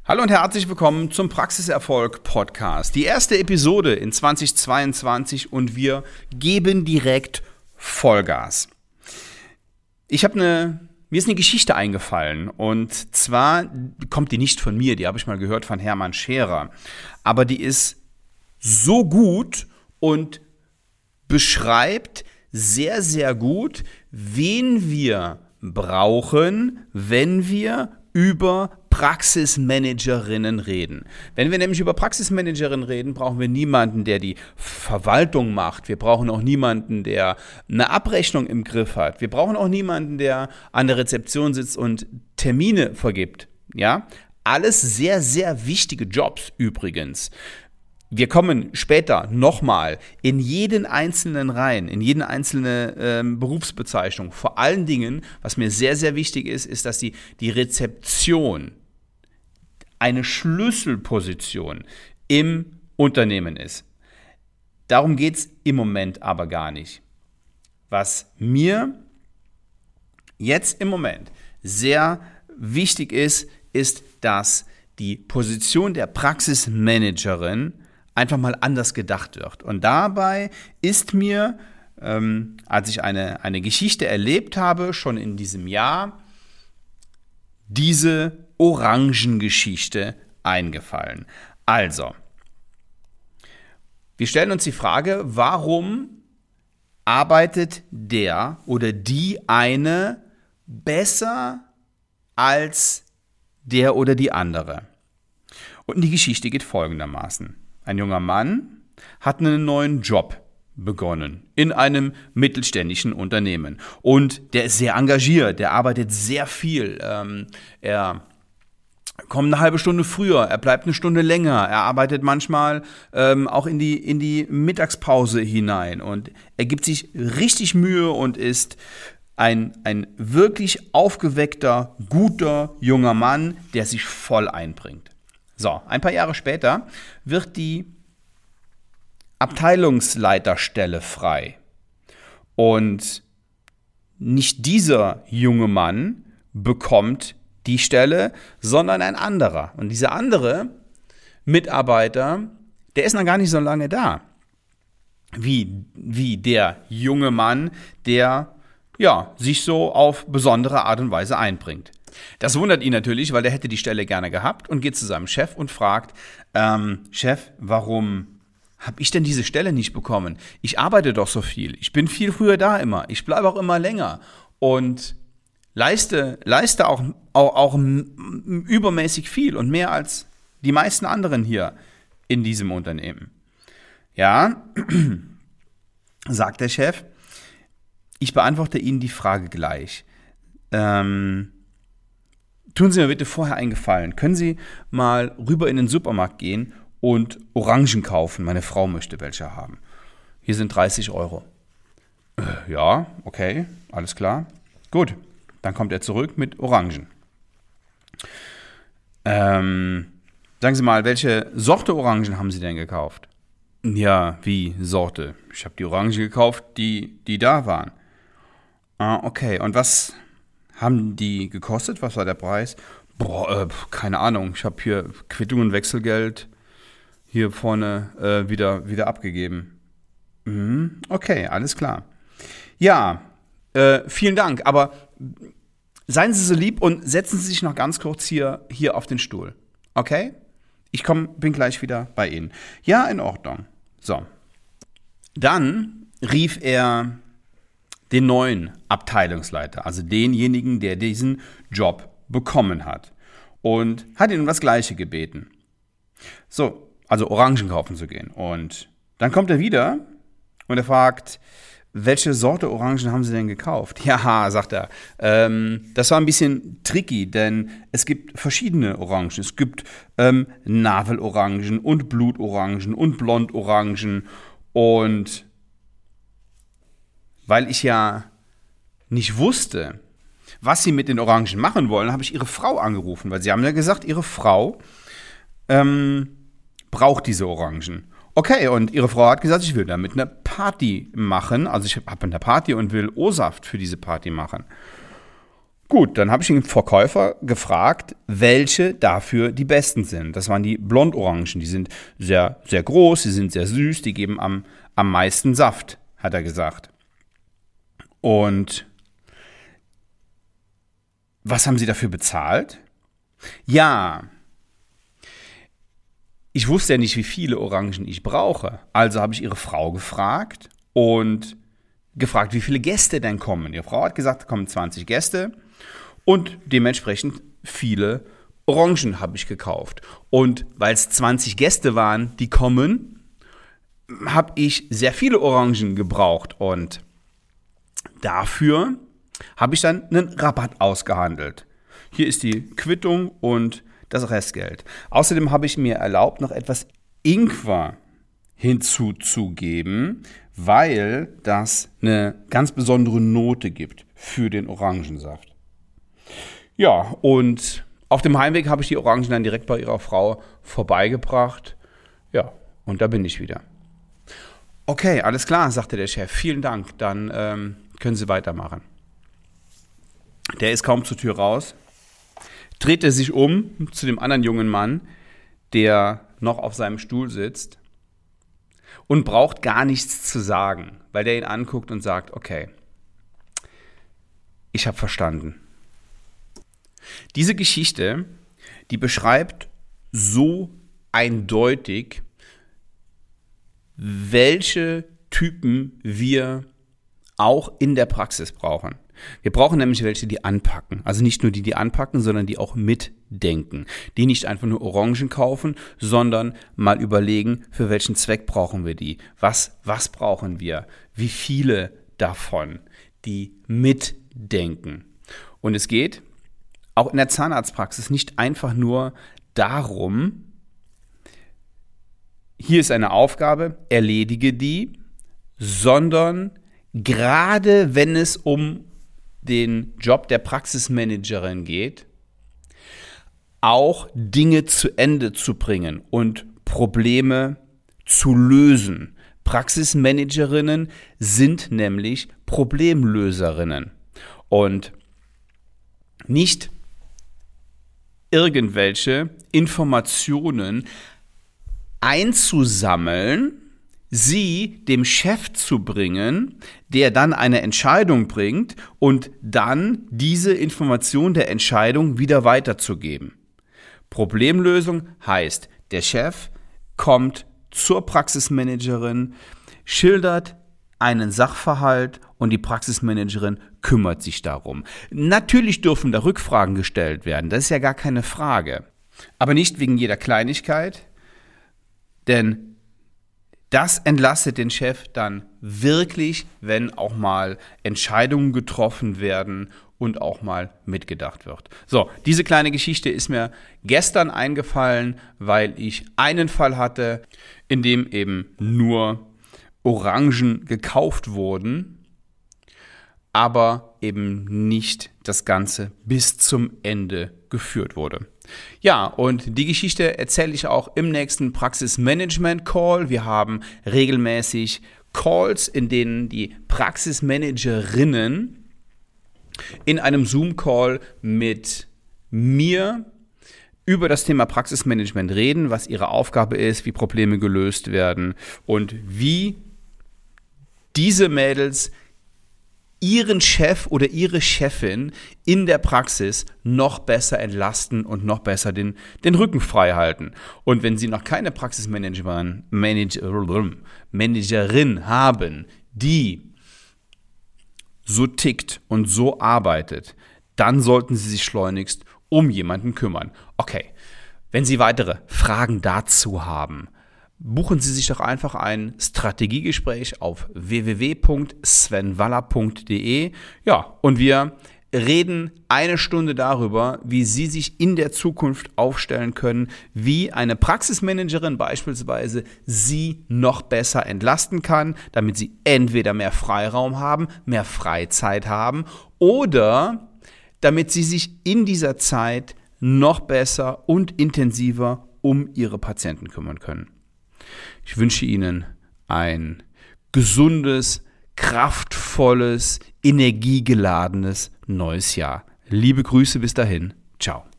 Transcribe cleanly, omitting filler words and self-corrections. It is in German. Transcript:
Hallo und herzlich willkommen zum Praxiserfolg Podcast. Die erste Episode in 2022 und wir geben direkt Vollgas. Mir ist eine Geschichte eingefallen und zwar kommt die nicht von mir, die habe ich mal gehört von Hermann Scherer, aber die ist so gut und beschreibt sehr, sehr gut, wen wir brauchen, wenn wir über Praxismanagerinnen reden. Wenn wir nämlich über Praxismanagerinnen reden, brauchen wir niemanden, der die Verwaltung macht. Wir brauchen auch niemanden, der eine Abrechnung im Griff hat. Wir brauchen auch niemanden, der an der Rezeption sitzt und Termine vergibt. Ja? Alles sehr, sehr wichtige Jobs übrigens. Wir kommen später nochmal in jeden einzelnen rein, in jede einzelne Berufsbezeichnung. Vor allen Dingen, was mir sehr, sehr wichtig ist, ist, dass die Rezeption eine Schlüsselposition im Unternehmen ist. Darum geht es im Moment aber gar nicht. Was mir jetzt im Moment sehr wichtig ist, ist, dass die Position der Praxismanagerin einfach mal anders gedacht wird. Und dabei ist mir, als ich eine Geschichte erlebt habe, schon in diesem Jahr, diese Orangengeschichte eingefallen. Also, wir stellen uns die Frage, warum arbeitet der oder die eine besser als der oder die andere? Und die Geschichte geht folgendermaßen. Ein junger Mann hat einen neuen Job begonnen in einem mittelständischen Unternehmen. Und der ist sehr engagiert, der arbeitet sehr viel. Er kommt eine halbe Stunde früher, er bleibt eine Stunde länger, er arbeitet manchmal auch in die Mittagspause hinein. Und er gibt sich richtig Mühe und ist ein wirklich aufgeweckter, guter junger Mann, der sich voll einbringt. So, ein paar Jahre später wird die Abteilungsleiterstelle frei. Und nicht dieser junge Mann bekommt die Stelle, sondern ein anderer. Und dieser andere Mitarbeiter, der ist noch gar nicht so lange da, wie der junge Mann, der sich so auf besondere Art und Weise einbringt. Das wundert ihn natürlich, weil der hätte die Stelle gerne gehabt und geht zu seinem Chef und fragt, Chef, warum habe ich denn diese Stelle nicht bekommen? Ich arbeite doch so viel, ich bin viel früher da immer, ich bleibe auch immer länger und leiste auch übermäßig viel und mehr als die meisten anderen hier in diesem Unternehmen. Ja, sagt der Chef, ich beantworte Ihnen die Frage gleich. Tun Sie mir bitte vorher einen Gefallen. Können Sie mal rüber in den Supermarkt gehen und Orangen kaufen? Meine Frau möchte welche haben. Hier sind 30 Euro. Ja, okay, alles klar. Gut, dann kommt er zurück mit Orangen. Sagen Sie mal, welche Sorte Orangen haben Sie denn gekauft? Ja, wie Sorte? Ich habe die Orangen gekauft, die da waren. Okay, und was haben die gekostet? Was war der Preis? Keine Ahnung. Ich habe hier Quittung und Wechselgeld hier vorne wieder abgegeben. Okay, alles klar. Ja, vielen Dank. Aber seien Sie so lieb und setzen Sie sich noch ganz kurz hier auf den Stuhl. Okay? Ich bin gleich wieder bei Ihnen. Ja, in Ordnung. So. Dann rief er den neuen Abteilungsleiter, also denjenigen, der diesen Job bekommen hat, und hat ihn um das Gleiche gebeten. So, also Orangen kaufen zu gehen. Und dann kommt er wieder und er fragt, welche Sorte Orangen haben Sie denn gekauft? Ja, sagt er, das war ein bisschen tricky, denn es gibt verschiedene Orangen. Es gibt Navelorangen und Blutorangen und Blondorangen. Und weil ich ja nicht wusste, was sie mit den Orangen machen wollen, habe ich ihre Frau angerufen, weil sie haben ja gesagt, ihre Frau braucht diese Orangen. Okay, und ihre Frau hat gesagt, ich will damit eine Party machen. Also ich habe eine Party und will O-Saft für diese Party machen. Gut, dann habe ich den Verkäufer gefragt, welche dafür die besten sind. Das waren die Blondorangen. Die sind sehr, sehr groß, die sind sehr süß, die geben am meisten Saft, hat er gesagt. Und was haben Sie dafür bezahlt? Ja, ich wusste ja nicht, wie viele Orangen ich brauche. Also habe ich ihre Frau gefragt und gefragt, wie viele Gäste denn kommen. Ihre Frau hat gesagt, es kommen 20 Gäste und dementsprechend viele Orangen habe ich gekauft. Und weil es 20 Gäste waren, die kommen, habe ich sehr viele Orangen gebraucht und dafür habe ich dann einen Rabatt ausgehandelt. Hier ist die Quittung und das Restgeld. Außerdem habe ich mir erlaubt, noch etwas Ingwer hinzuzugeben, weil das eine ganz besondere Note gibt für den Orangensaft. Ja, und auf dem Heimweg habe ich die Orangen dann direkt bei ihrer Frau vorbeigebracht. Ja, und da bin ich wieder. Okay, alles klar, sagte der Chef. Vielen Dank, dann können Sie weitermachen. Der ist kaum zur Tür raus, dreht sich um zu dem anderen jungen Mann, der noch auf seinem Stuhl sitzt und braucht gar nichts zu sagen, weil der ihn anguckt und sagt, okay, ich habe verstanden. Diese Geschichte, die beschreibt so eindeutig, welche Typen wir auch in der Praxis brauchen. Wir brauchen nämlich welche, die anpacken. Also nicht nur die, die anpacken, sondern die auch mitdenken. Die nicht einfach nur Orangen kaufen, sondern mal überlegen, für welchen Zweck brauchen wir die? Was brauchen wir? Wie viele davon? Die mitdenken. Und es geht auch in der Zahnarztpraxis nicht einfach nur darum, hier ist eine Aufgabe, erledige die, sondern gerade wenn es um den Job der Praxismanagerin geht, auch Dinge zu Ende zu bringen und Probleme zu lösen. Praxismanagerinnen sind nämlich Problemlöserinnen und nicht irgendwelche Informationen einzusammeln, sie dem Chef zu bringen, der dann eine Entscheidung bringt und dann diese Information der Entscheidung wieder weiterzugeben. Problemlösung heißt, der Chef kommt zur Praxismanagerin, schildert einen Sachverhalt und die Praxismanagerin kümmert sich darum. Natürlich dürfen da Rückfragen gestellt werden, das ist ja gar keine Frage. Aber nicht wegen jeder Kleinigkeit, denn das entlastet den Chef dann wirklich, wenn auch mal Entscheidungen getroffen werden und auch mal mitgedacht wird. So, diese kleine Geschichte ist mir gestern eingefallen, weil ich einen Fall hatte, in dem eben nur Orangen gekauft wurden, aber eben nicht das Ganze bis zum Ende geführt wurde. Ja, und die Geschichte erzähle ich auch im nächsten Praxismanagement-Call. Wir haben regelmäßig Calls, in denen die Praxismanagerinnen in einem Zoom-Call mit mir über das Thema Praxismanagement reden, was ihre Aufgabe ist, wie Probleme gelöst werden und wie diese Mädels ihren Chef oder ihre Chefin in der Praxis noch besser entlasten und noch besser den Rücken frei halten. Und wenn Sie noch keine Praxismanagerin haben, die so tickt und so arbeitet, dann sollten Sie sich schleunigst um jemanden kümmern. Okay, wenn Sie weitere Fragen dazu haben, buchen Sie sich doch einfach ein Strategiegespräch auf www.svenwaller.de. Ja, und wir reden eine Stunde darüber, wie Sie sich in der Zukunft aufstellen können, wie eine Praxismanagerin beispielsweise Sie noch besser entlasten kann, damit Sie entweder mehr Freiraum haben, mehr Freizeit haben oder damit Sie sich in dieser Zeit noch besser und intensiver um Ihre Patienten kümmern können. Ich wünsche Ihnen ein gesundes, kraftvolles, energiegeladenes neues Jahr. Liebe Grüße bis dahin. Ciao.